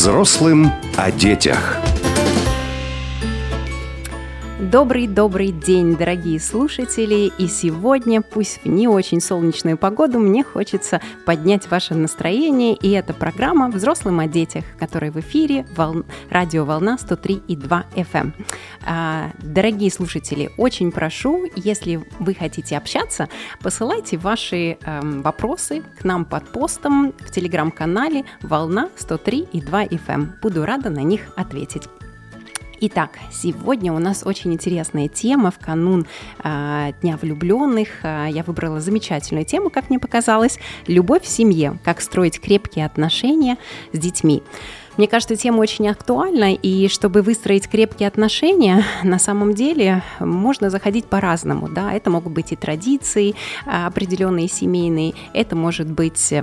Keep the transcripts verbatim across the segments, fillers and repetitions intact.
Взрослым о детях. Добрый-добрый день, дорогие слушатели! И сегодня, пусть в не очень солнечную погоду, мне хочется поднять ваше настроение. И это программа «Взрослым о детях», которая в эфире вол... радио «Волна» сто три и два эф эм. А, дорогие слушатели, очень прошу, если вы хотите общаться, посылайте ваши э, вопросы к нам под постом в телеграм-канале «Волна» сто три и два эф эм. Буду рада на них ответить. Итак, сегодня у нас очень интересная тема в канун э, Дня влюбленных. Э, я выбрала замечательную тему, как мне показалось, «Любовь в семье. Как строить крепкие отношения с детьми». Мне кажется, тема очень актуальна, и чтобы выстроить крепкие отношения, на самом деле можно заходить по-разному. Да? Это могут быть и традиции определенные семейные, это может быть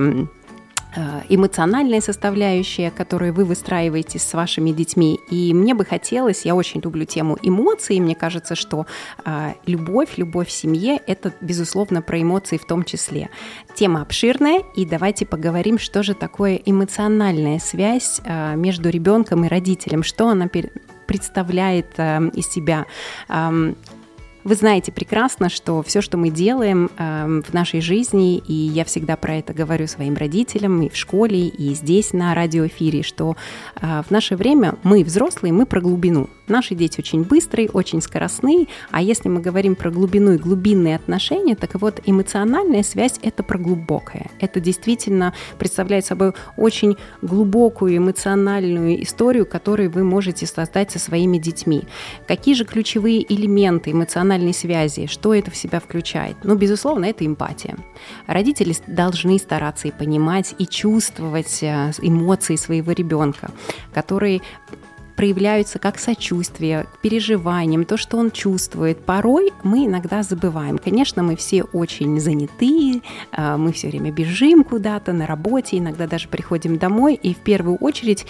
эмоциональная составляющая, которую вы выстраиваете с вашими детьми. И мне бы хотелось, я очень люблю тему эмоций, мне кажется, что э, любовь, любовь в семье – это, безусловно, про эмоции в том числе. Тема обширная, и давайте поговорим, что же такое эмоциональная связь э, между ребенком и родителем, что она пер- представляет э, из себя. Э, Вы знаете прекрасно, что все, что мы делаем э, в нашей жизни, и я всегда про это говорю своим родителям и в школе, и здесь на радиоэфире, что э, в наше время мы, взрослые, мы про глубину. Наши дети очень быстрые, очень скоростные, а если мы говорим про глубину и глубинные отношения, так вот эмоциональная связь – это про глубокое. Это действительно представляет собой очень глубокую эмоциональную историю, которую вы можете создать со своими детьми. Какие же ключевые элементы эмоциональной связи, что это в себя включает? Ну, безусловно, это эмпатия. Родители должны стараться и понимать, и чувствовать эмоции своего ребенка, которые проявляются как сочувствие к переживаниям, то, что он чувствует. Порой мы иногда забываем. Конечно, мы все очень заняты, мы все время бежим куда-то на работе, иногда даже приходим домой, и в первую очередь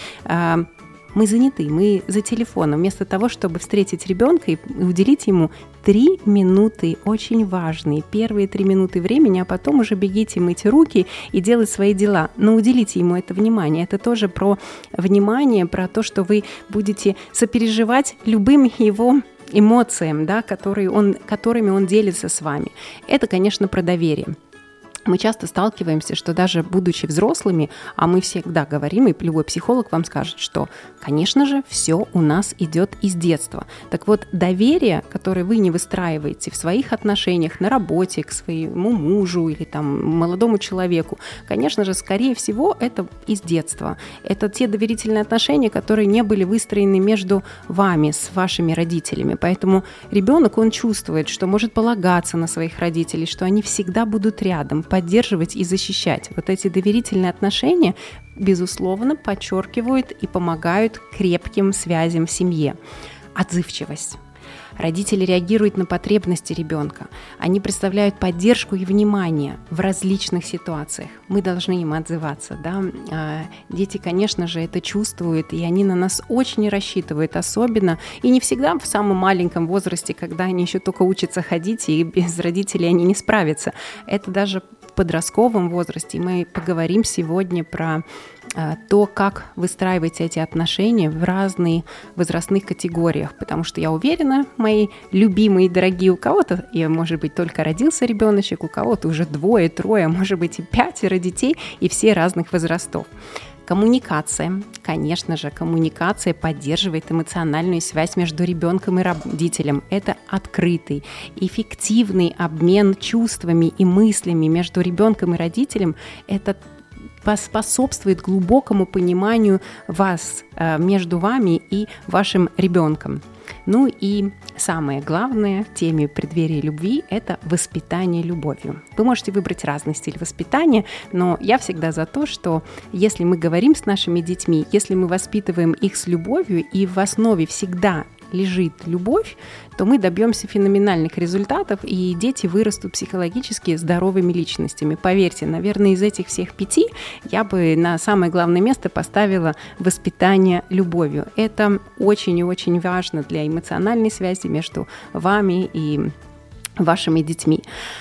мы заняты, мы за телефоном. Вместо того, чтобы встретить ребенка и уделить ему три минуты, очень важные, первые три минуты времени, а потом уже бегите мыть руки и делать свои дела. Но уделите ему это внимание. Это тоже про внимание, про то, что вы будете сопереживать любым его эмоциям, да, которые он, которыми он делится с вами. Это, конечно, про доверие. Мы часто сталкиваемся, что даже будучи взрослыми, а мы всегда говорим, и любой психолог вам скажет, что, конечно же, все у нас идет из детства. Так вот, доверие, которое вы не выстраиваете в своих отношениях на работе к своему мужу или там молодому человеку, конечно же, скорее всего, это из детства. Это те доверительные отношения, которые не были выстроены между вами, с вашими родителями. Поэтому ребенок, он чувствует, что может полагаться на своих родителей, что они всегда будут рядом, поддерживать и защищать. Вот эти доверительные отношения, безусловно, подчеркивают и помогают крепким связям в семье. Отзывчивость. Родители реагируют на потребности ребенка. Они представляют поддержку и внимание в различных ситуациях. Мы должны им отзываться. Да? Дети, конечно же, это чувствуют, и они на нас очень рассчитывают, особенно, и не всегда в самом маленьком возрасте, когда они еще только учатся ходить, и без родителей они не справятся. Это даже в подростковом возрасте. И мы поговорим сегодня про то, как выстраивать эти отношения в разных возрастных категориях, потому что я уверена, мои любимые и дорогие, у кого-то, и, может быть, только родился ребеночек, у кого-то уже двое, трое, может быть, и пятеро детей, и все разных возрастов. Коммуникация. Конечно же, коммуникация поддерживает эмоциональную связь между ребенком и родителем. Это открытый, эффективный обмен чувствами и мыслями между ребенком и родителем. Это способствует глубокому пониманию вас, между вами и вашим ребенком. Ну и самое главное в теме преддверия любви – это воспитание любовью. Вы можете выбрать разный стиль воспитания, но я всегда за то, что если мы говорим с нашими детьми, если мы воспитываем их с любовью, и в основе всегда лежит любовь, то мы добьемся феноменальных результатов, и дети вырастут психологически здоровыми личностями. Поверьте, наверное, из этих всех пяти я бы на самое главное место поставила воспитание любовью. Это очень и очень важно для эмоциональной связи между вами и вашими детьми.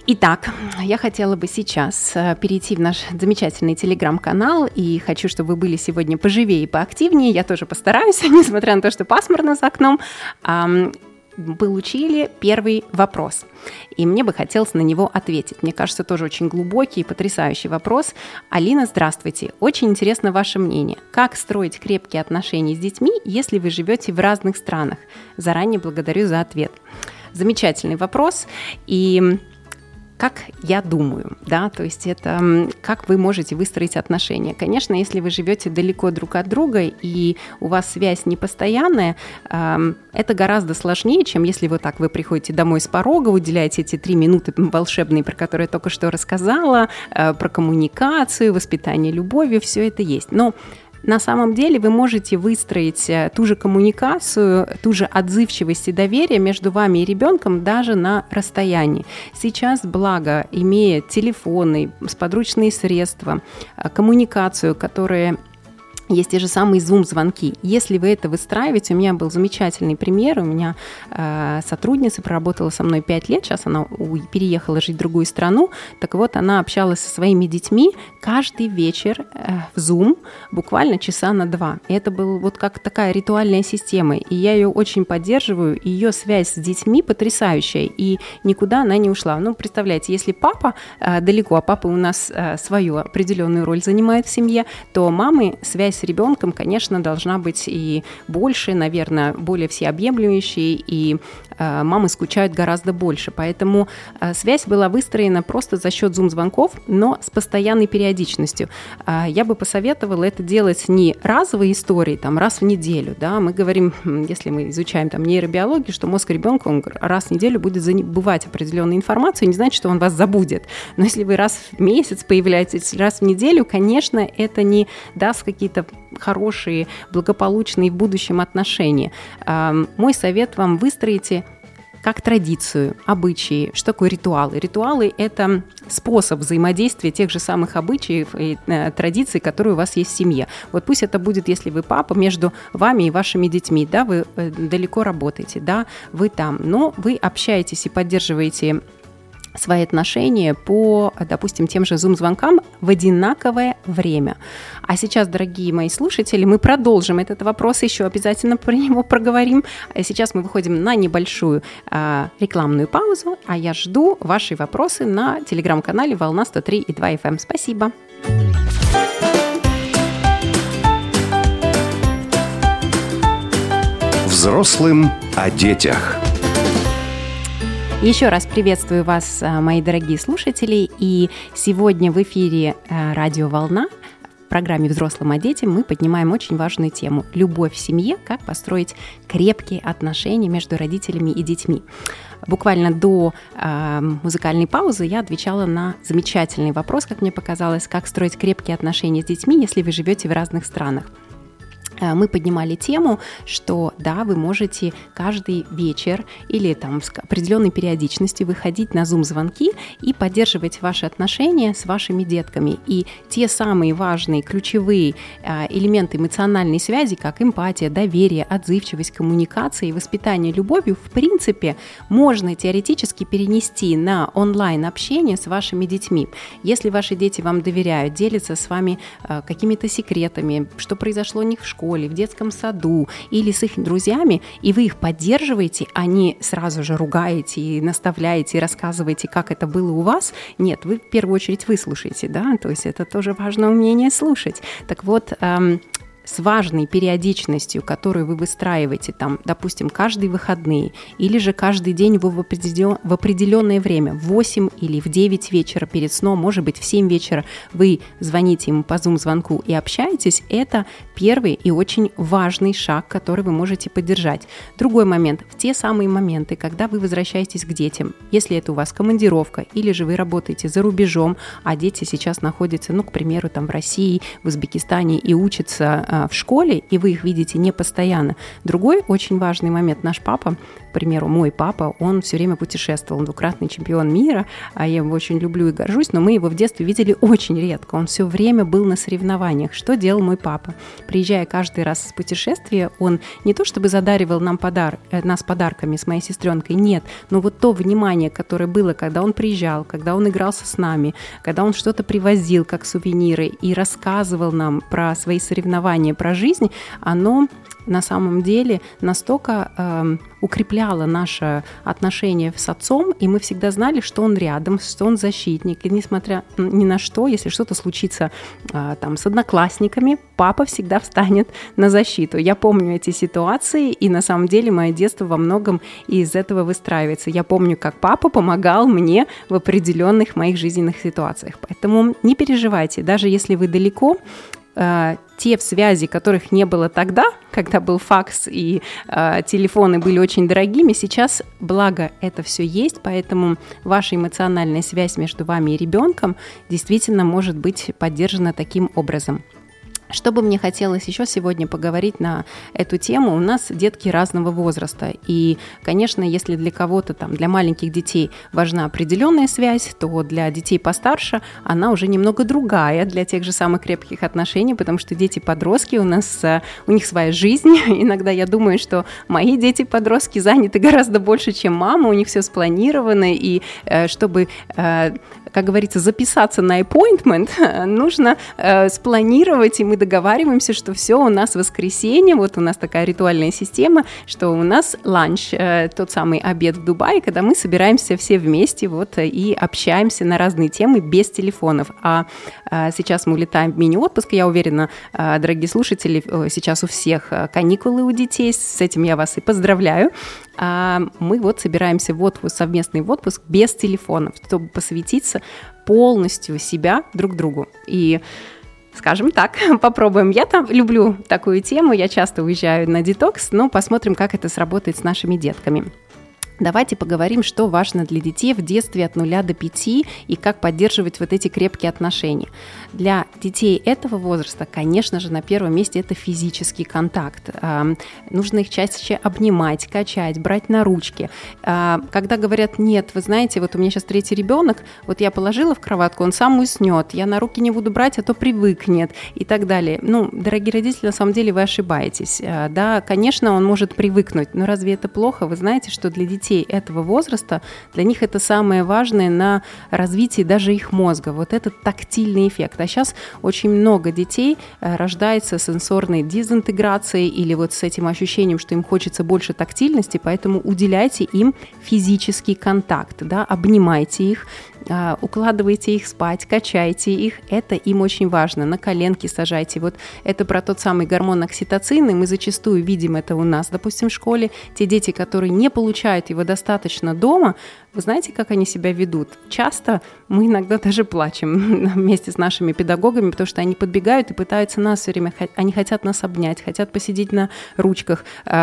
Итак, я хотела бы сейчас перейти в наш замечательный телеграм-канал, и хочу, чтобы вы были сегодня поживее и поактивнее. Я тоже постараюсь, несмотря на то, что пасмурно за окном. Получили первый вопрос, и мне бы хотелось на него ответить. Мне кажется, тоже очень глубокий и потрясающий вопрос. Алина, здравствуйте. Очень интересно ваше мнение. Как строить крепкие отношения с детьми, если вы живете в разных странах? Заранее благодарю за ответ. Замечательный вопрос, и... Как я думаю, да, то есть это как вы можете выстроить отношения. Конечно, если вы живете далеко друг от друга и у вас связь непостоянная, это гораздо сложнее, чем если вот так вы приходите домой с порога, уделяете эти три минуты волшебные, про которые я только что рассказала, про коммуникацию, воспитание любовью, все это есть. Но на самом деле вы можете выстроить ту же коммуникацию, ту же отзывчивость и доверие между вами и ребенком даже на расстоянии. Сейчас, благо, имея телефоны, сподручные средства, коммуникацию, которая... Есть те же самые Zoom-звонки. Если вы это выстраиваете, у меня был замечательный пример. У меня э, сотрудница проработала со мной пять лет, сейчас она у, переехала жить в другую страну. Так вот, она общалась со своими детьми каждый вечер э, в Zoom, буквально часа на два. И это была вот как такая ритуальная система. И я ее очень поддерживаю. Ее связь с детьми потрясающая, и никуда она не ушла. Ну, представляете, если папа э, далеко, а папа у нас э, свою определенную роль занимает в семье, то мамы связь с ребенком, конечно, должна быть и больше, наверное, более всеобъемлющей, и э, мамы скучают гораздо больше. Поэтому э, связь была выстроена просто за счет зум-звонков, но с постоянной периодичностью. Э, я бы посоветовала это делать не разовой историей, там, раз в неделю. Да? Мы говорим, если мы изучаем там, нейробиологию, что мозг ребенка он раз в неделю будет забывать определенную информацию, не значит, что он вас забудет. Но если вы раз в месяц появляетесь, раз в неделю, конечно, это не даст какие-то хорошие, благополучные в будущем отношения. Мой совет вам: выстроите как традицию, обычаи. Что такое ритуалы? Ритуалы – это способ взаимодействия тех же самых обычаев и э, традиций, которые у вас есть в семье. Вот пусть это будет, если вы папа, между вами и вашими детьми, да, вы э, далеко работаете, да, вы там, но вы общаетесь и поддерживаете свои отношения по, допустим, тем же Zoom-звонкам в одинаковое время. А сейчас, дорогие мои слушатели, мы продолжим этот вопрос, еще обязательно про него проговорим. Сейчас мы выходим на небольшую а, рекламную паузу, а я жду ваши вопросы на телеграм-канале «Волна сто три и два эф эм». Спасибо. Взрослым о детях. Еще раз приветствую вас, мои дорогие слушатели, и сегодня в эфире «Радио Волна» в программе «Взрослым о детях» мы поднимаем очень важную тему – любовь в семье, как построить крепкие отношения между родителями и детьми. Буквально до э, музыкальной паузы я отвечала на замечательный вопрос, как мне показалось, как строить крепкие отношения с детьми, если вы живете в разных странах. Мы поднимали тему, что да, вы можете каждый вечер или там с определенной периодичностью выходить на Zoom-звонки и поддерживать ваши отношения с вашими детками. И те самые важные, ключевые элементы эмоциональной связи, как эмпатия, доверие, отзывчивость, коммуникация и воспитание любовью, в принципе, можно теоретически перенести на онлайн-общение с вашими детьми. Если ваши дети вам доверяют, делятся с вами какими-то секретами, что произошло у них в школе, в детском саду или с их друзьями, и вы их поддерживаете, а не сразу же ругаете и наставляете, и рассказываете, как это было у вас. Нет, вы в первую очередь выслушаете, да, то есть это тоже важное умение слушать. Так вот, эм, с важной периодичностью, которую вы выстраиваете, там, допустим, каждые выходные или же каждый день в определенное время, в восемь или в девять вечера перед сном, может быть, в семь вечера вы звоните ему по Zoom-звонку и общаетесь, это первый и очень важный шаг, который вы можете поддержать. Другой момент, в те самые моменты, когда вы возвращаетесь к детям, если это у вас командировка или же вы работаете за рубежом, а дети сейчас находятся, ну, к примеру, там в России, в Узбекистане и учатся в школе, и вы их видите не постоянно. Другой очень важный момент. Наш папа примеру, мой папа, он все время путешествовал, он двукратный чемпион мира, а я его очень люблю и горжусь, но мы его в детстве видели очень редко. Он все время был на соревнованиях. Что делал мой папа? Приезжая каждый раз с путешествия, он не то чтобы задаривал нам подар... нас подарками с моей сестренкой, нет, но вот то внимание, которое было, когда он приезжал, когда он игрался с нами, когда он что-то привозил как сувениры и рассказывал нам про свои соревнования, про жизнь, оно на самом деле настолько э, укрепляло наше отношение с отцом, и мы всегда знали, что он рядом, что он защитник, и несмотря ни на что, если что-то случится э, там, с одноклассниками, папа всегда встанет на защиту. Я помню эти ситуации, и на самом деле мое детство во многом из этого выстраивается. Я помню, как папа помогал мне в определенных моих жизненных ситуациях. Поэтому не переживайте, даже если вы далеко, те связи, которых не было тогда, когда был факс и э, телефоны были очень дорогими, сейчас, благо, это все есть, поэтому ваша эмоциональная связь между вами и ребенком действительно может быть поддержана таким образом. Что бы мне хотелось еще сегодня поговорить на эту тему, у нас детки разного возраста, и, конечно, если для кого-то, там, для маленьких детей важна определенная связь, то для детей постарше она уже немного другая, для тех же самых крепких отношений, потому что дети-подростки, у нас, у них своя жизнь, иногда я думаю, что мои дети-подростки заняты гораздо больше, чем мама, у них все спланировано, и чтобы, как говорится, записаться на appointment, нужно спланировать, и мы договариваемся, что все, у нас воскресенье, вот у нас такая ритуальная система, что у нас ланч, э, тот самый обед в Дубае, когда мы собираемся все вместе вот, и общаемся на разные темы без телефонов. А э, сейчас мы улетаем в мини-отпуск, я уверена, э, дорогие слушатели, э, сейчас у всех каникулы у детей, с этим я вас и поздравляю. А мы вот собираемся в отпуск, совместный в отпуск без телефонов, чтобы посвятиться полностью себя друг другу. И скажем так, попробуем. Я там люблю такую тему, я часто уезжаю на детокс, но посмотрим, как это сработает с нашими детками. Давайте поговорим, что важно для детей в детстве от нуля до пяти и как поддерживать вот эти крепкие отношения. Для детей этого возраста, конечно же, на первом месте это физический контакт. Нужно их чаще обнимать, качать, брать на ручки. Когда говорят, нет, вы знаете, вот у меня сейчас третий ребенок, вот я положила в кроватку, он сам уснет, я на руки не буду брать, а то привыкнет и так далее. Ну, дорогие родители, на самом деле вы ошибаетесь. Да, конечно, он может привыкнуть, но разве это плохо? Вы знаете, что для детей этого возраста, для них это самое важное на развитии даже их мозга, вот этот тактильный эффект. А сейчас очень много детей рождается с сенсорной дезинтеграцией или вот с этим ощущением, что им хочется больше тактильности, поэтому уделяйте им физический контакт, да, обнимайте их, укладывайте их спать, качайте их, это им очень важно, на коленки сажайте. Вот это про тот самый гормон окситоцин, и мы зачастую видим это у нас, допустим, в школе. Те дети, которые не получают его достаточно дома, вы знаете, как они себя ведут? Часто мы иногда даже плачем вместе с нашими педагогами, потому что они подбегают и пытаются нас все время, они хотят нас обнять, хотят посидеть на ручках.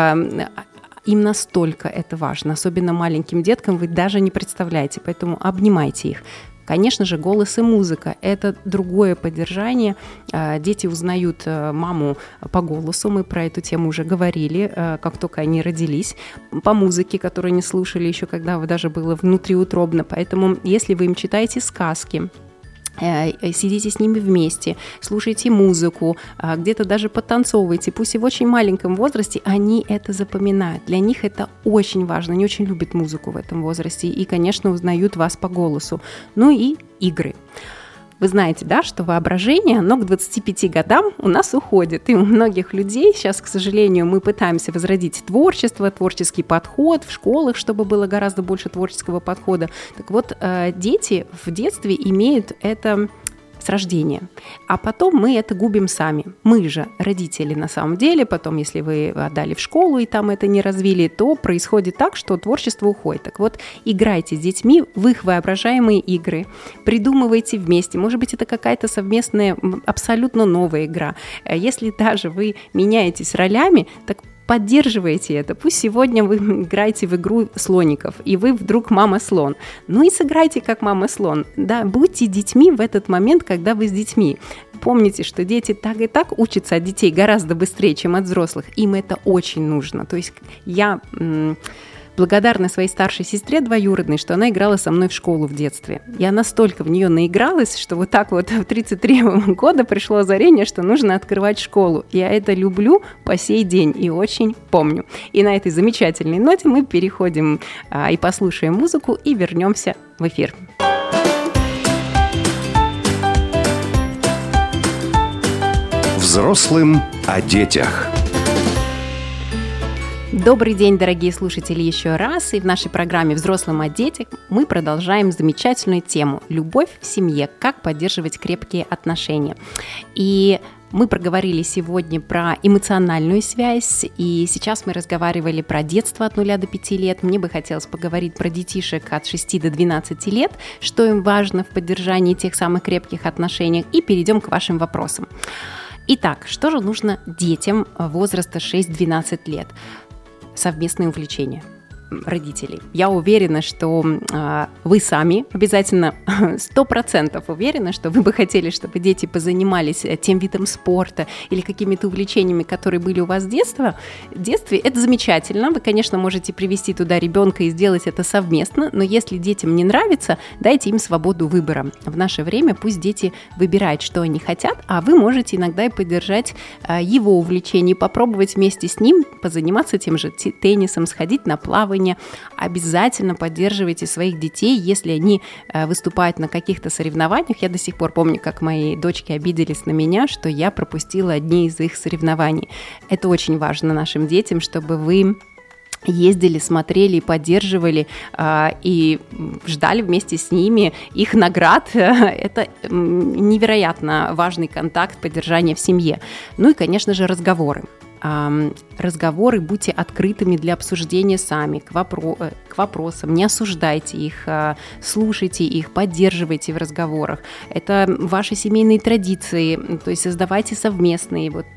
Им настолько это важно, особенно маленьким деткам, вы даже не представляете, поэтому обнимайте их. Конечно же, голос и музыка – это другое поддержание. Дети узнают маму по голосу, мы про эту тему уже говорили, как только они родились, по музыке, которую они слушали еще, когда даже было внутриутробно. Поэтому, если вы им читаете сказки, сидите с ними вместе, слушайте музыку, где-то даже подтанцовывайте. Пусть и в очень маленьком возрасте они это запоминают. Для них это очень важно. Они очень любят музыку в этом возрасте и, конечно, узнают вас по голосу. Ну и игры. Вы знаете, да, что воображение, оно к двадцати пяти годам у нас уходит. И у многих людей сейчас, к сожалению, мы пытаемся возродить творчество, творческий подход в школах, чтобы было гораздо больше творческого подхода. Так вот, дети в детстве имеют это с рождения, а потом мы это губим сами. Мы же родители на самом деле, потом, если вы отдали в школу и там это не развили, то происходит так, что творчество уходит. Так вот, играйте с детьми в их воображаемые игры, придумывайте вместе. Может быть, это какая-то совместная, абсолютно новая игра. Если даже вы меняетесь ролями, так поддерживайте это. Пусть сегодня вы играете в игру слоников, и вы вдруг мама-слон. Ну и сыграйте как мама-слон. Да, будьте детьми в этот момент, когда вы с детьми. Помните, что дети так и так учатся от детей гораздо быстрее, чем от взрослых. Им это очень нужно. То есть я... М- благодарна своей старшей сестре двоюродной, что она играла со мной в школу в детстве. Я настолько в нее наигралась, что вот так вот в тридцать три года пришло озарение, что нужно открывать школу. Я это люблю по сей день и очень помню. И на этой замечательной ноте мы переходим а, и послушаем музыку, и вернемся в эфир. Взрослым о детях. Добрый день, дорогие слушатели, еще раз. И в нашей программе «Взрослым о детях» мы продолжаем замечательную тему «Любовь в семье. Как поддерживать крепкие отношения». И мы проговорили сегодня про эмоциональную связь, и сейчас мы разговаривали про детство от нуля до пяти лет. Мне бы хотелось поговорить про детишек от шести до двенадцати лет, что им важно в поддержании тех самых крепких отношений, и перейдем к вашим вопросам. Итак, что же нужно детям возраста шесть-двенадцать лет? Совместные увлечения родителей. Я уверена, что э, вы сами обязательно сто процентов уверены, что вы бы хотели, чтобы дети позанимались тем видом спорта или какими-то увлечениями, которые были у вас с детства. В детстве это замечательно. Вы, конечно, можете привести туда ребенка и сделать это совместно, но если детям не нравится, дайте им свободу выбора. В наше время пусть дети выбирают, что они хотят, а вы можете иногда и поддержать э, его увлечение, попробовать вместе с ним позаниматься тем же теннисом, сходить на плавание. Обязательно поддерживайте своих детей, если они э, выступают на каких-то соревнованиях. Я до сих пор помню, как мои дочки обиделись на меня, что я пропустила одни из их соревнований. Это очень важно нашим детям, чтобы вы ездили, смотрели, поддерживали э, и ждали вместе с ними их наград. Это невероятно важный контакт, поддержание в семье. Ну и, конечно же, разговоры. Разговоры, будьте открытыми для обсуждения сами, к, вопро- к вопросам, не осуждайте их, слушайте их, поддерживайте в разговорах. Это ваши семейные традиции, то есть создавайте совместные, вот,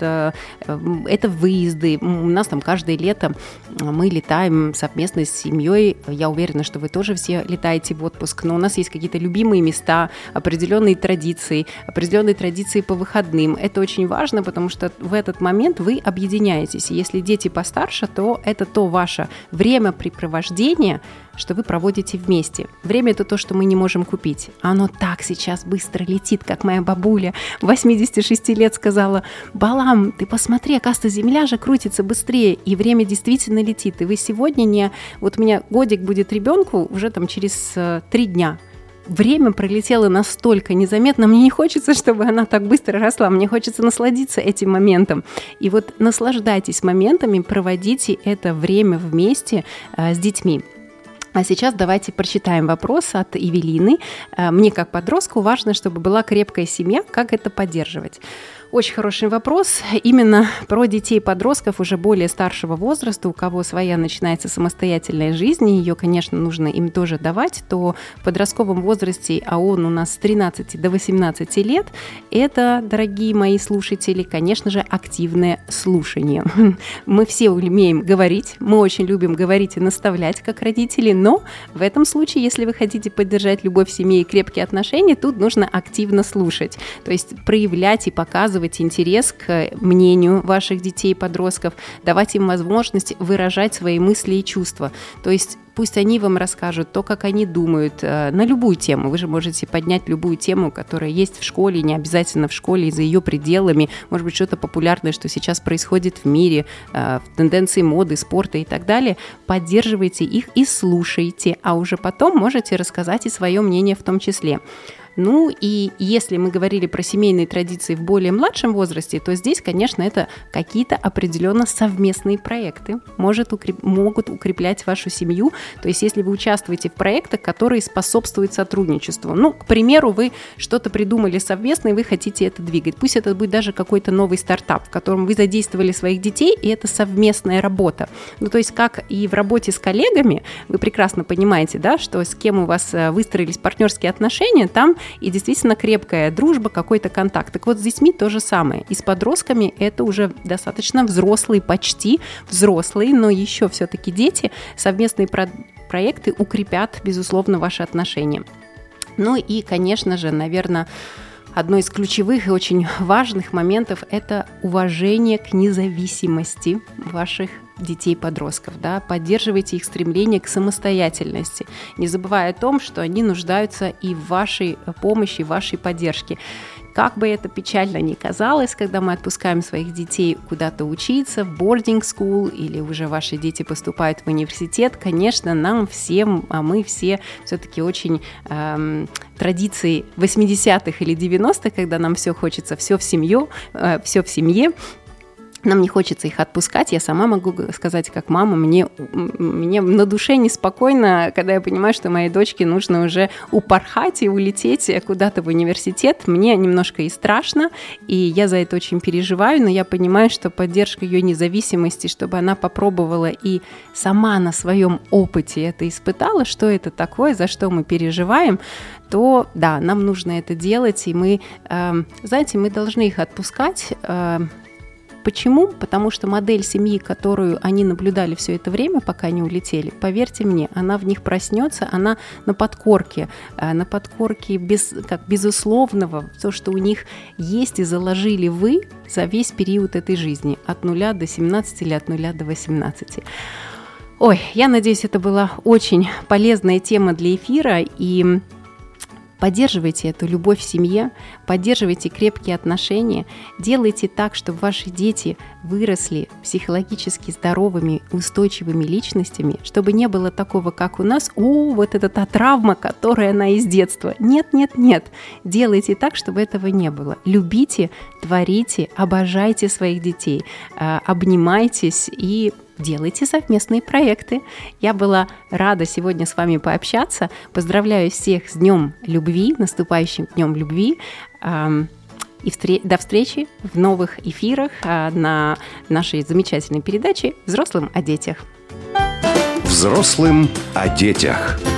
это выезды. У нас там каждое лето мы летаем совместно с семьей, я уверена, что вы тоже все летаете в отпуск, но у нас есть какие-то любимые места, определенные традиции, определенные традиции по выходным. Это очень важно, потому что в этот момент вы объединяетесь. Если дети постарше, то это то ваше времяпрепровождение, что вы проводите вместе. Время – это то, что мы не можем купить. Оно так сейчас быстро летит, как моя бабуля восемьдесят шесть лет сказала: «Балам, ты посмотри, оказывается, земля же крутится быстрее, и время действительно летит. И вы сегодня не… Вот у меня годик будет ребенку уже там через э, три дня». Время пролетело настолько незаметно, мне не хочется, чтобы она так быстро росла, мне хочется насладиться этим моментом. И вот наслаждайтесь моментами, проводите это время вместе э, с детьми. А сейчас давайте прочитаем вопрос от Евелины. Мне, как подростку, важно, чтобы была крепкая семья. Как это поддерживать? Очень хороший вопрос. Именно про детей-подростков уже более старшего возраста, у кого своя начинается самостоятельная жизнь, и ее, конечно, нужно им тоже давать, то в подростковом возрасте, а он у нас с тринадцати до восемнадцати лет, это, дорогие мои слушатели, конечно же, активное слушание. Мы все умеем говорить, мы очень любим говорить и наставлять, как родители, но в этом случае, если вы хотите поддержать любовь в семье и крепкие отношения, тут нужно активно слушать, то есть проявлять и показывать интерес к мнению ваших детей и подростков, давать им возможность выражать свои мысли и чувства. То есть пусть они вам расскажут то, как они думают, на любую тему. Вы же можете поднять любую тему, которая есть в школе, не обязательно в школе и за ее пределами. Может быть, что-то популярное, что сейчас происходит в мире, в тенденции моды, спорта и так далее. Поддерживайте их и слушайте, а уже потом можете рассказать и свое мнение в том числе. Ну и если мы говорили про семейные традиции в более младшем возрасте, то здесь, конечно, это какие-то определенно совместные проекты, может, укреп... могут укреплять вашу семью. То есть если вы участвуете в проектах, которые способствуют сотрудничеству. Ну, к примеру, вы что-то придумали совместно, и вы хотите это двигать. Пусть это будет даже какой-то новый стартап, в котором вы задействовали своих детей, и это совместная работа. Ну, то есть как и в работе с коллегами, вы прекрасно понимаете, да, что с кем у вас выстроились партнерские отношения, там и действительно крепкая дружба, какой-то контакт. Так вот, с детьми то же самое. И с подростками это уже достаточно взрослые, почти взрослые, но еще все-таки дети. Совместные про- проекты укрепят, безусловно, ваши отношения. Ну и, конечно же, наверное, одно из ключевых и очень важных моментов – это уважение к независимости ваших детей-подростков, да, поддерживайте их стремление к самостоятельности, не забывая о том, что они нуждаются и в вашей помощи, в вашей поддержке. Как бы это печально ни казалось, когда мы отпускаем своих детей куда-то учиться, в boarding school, или уже ваши дети поступают в университет, конечно, нам всем, а мы все все-таки очень эм, традиции восьмидесятых или девяностых, когда нам все хочется, все в семью, э, все в семье, нам не хочется их отпускать. Я сама могу сказать, как мама, мне, мне на душе неспокойно, когда я понимаю, что моей дочке нужно уже упорхать и улететь куда-то в университет. Мне немножко и страшно, и я за это очень переживаю, но я понимаю, что поддержка ее независимости, чтобы она попробовала и сама на своем опыте это испытала, что это такое, за что мы переживаем, то да, нам нужно это делать, и мы, э, знаете, мы должны их отпускать. э, Почему? Потому что модель семьи, которую они наблюдали все это время, пока не улетели, поверьте мне, она в них проснется, она на подкорке, на подкорке без, как безусловного, то, что у них есть и заложили вы за весь период этой жизни, от нуля до семнадцати или от нуля до восемнадцати. Ой, я надеюсь, это была очень полезная тема для эфира, и поддерживайте эту любовь в семье, поддерживайте крепкие отношения, делайте так, чтобы ваши дети выросли психологически здоровыми, устойчивыми личностями, чтобы не было такого, как у нас, о, вот это та травма, которая она из детства. Нет, нет, нет. Делайте так, чтобы этого не было. Любите, творите, обожайте своих детей, обнимайтесь и делайте совместные проекты. Я была рада сегодня с вами пообщаться. Поздравляю всех с Днем любви, наступающим Днем любви. И встр- до встречи в новых эфирах на нашей замечательной передаче «Взрослым о детях». Взрослым о детях.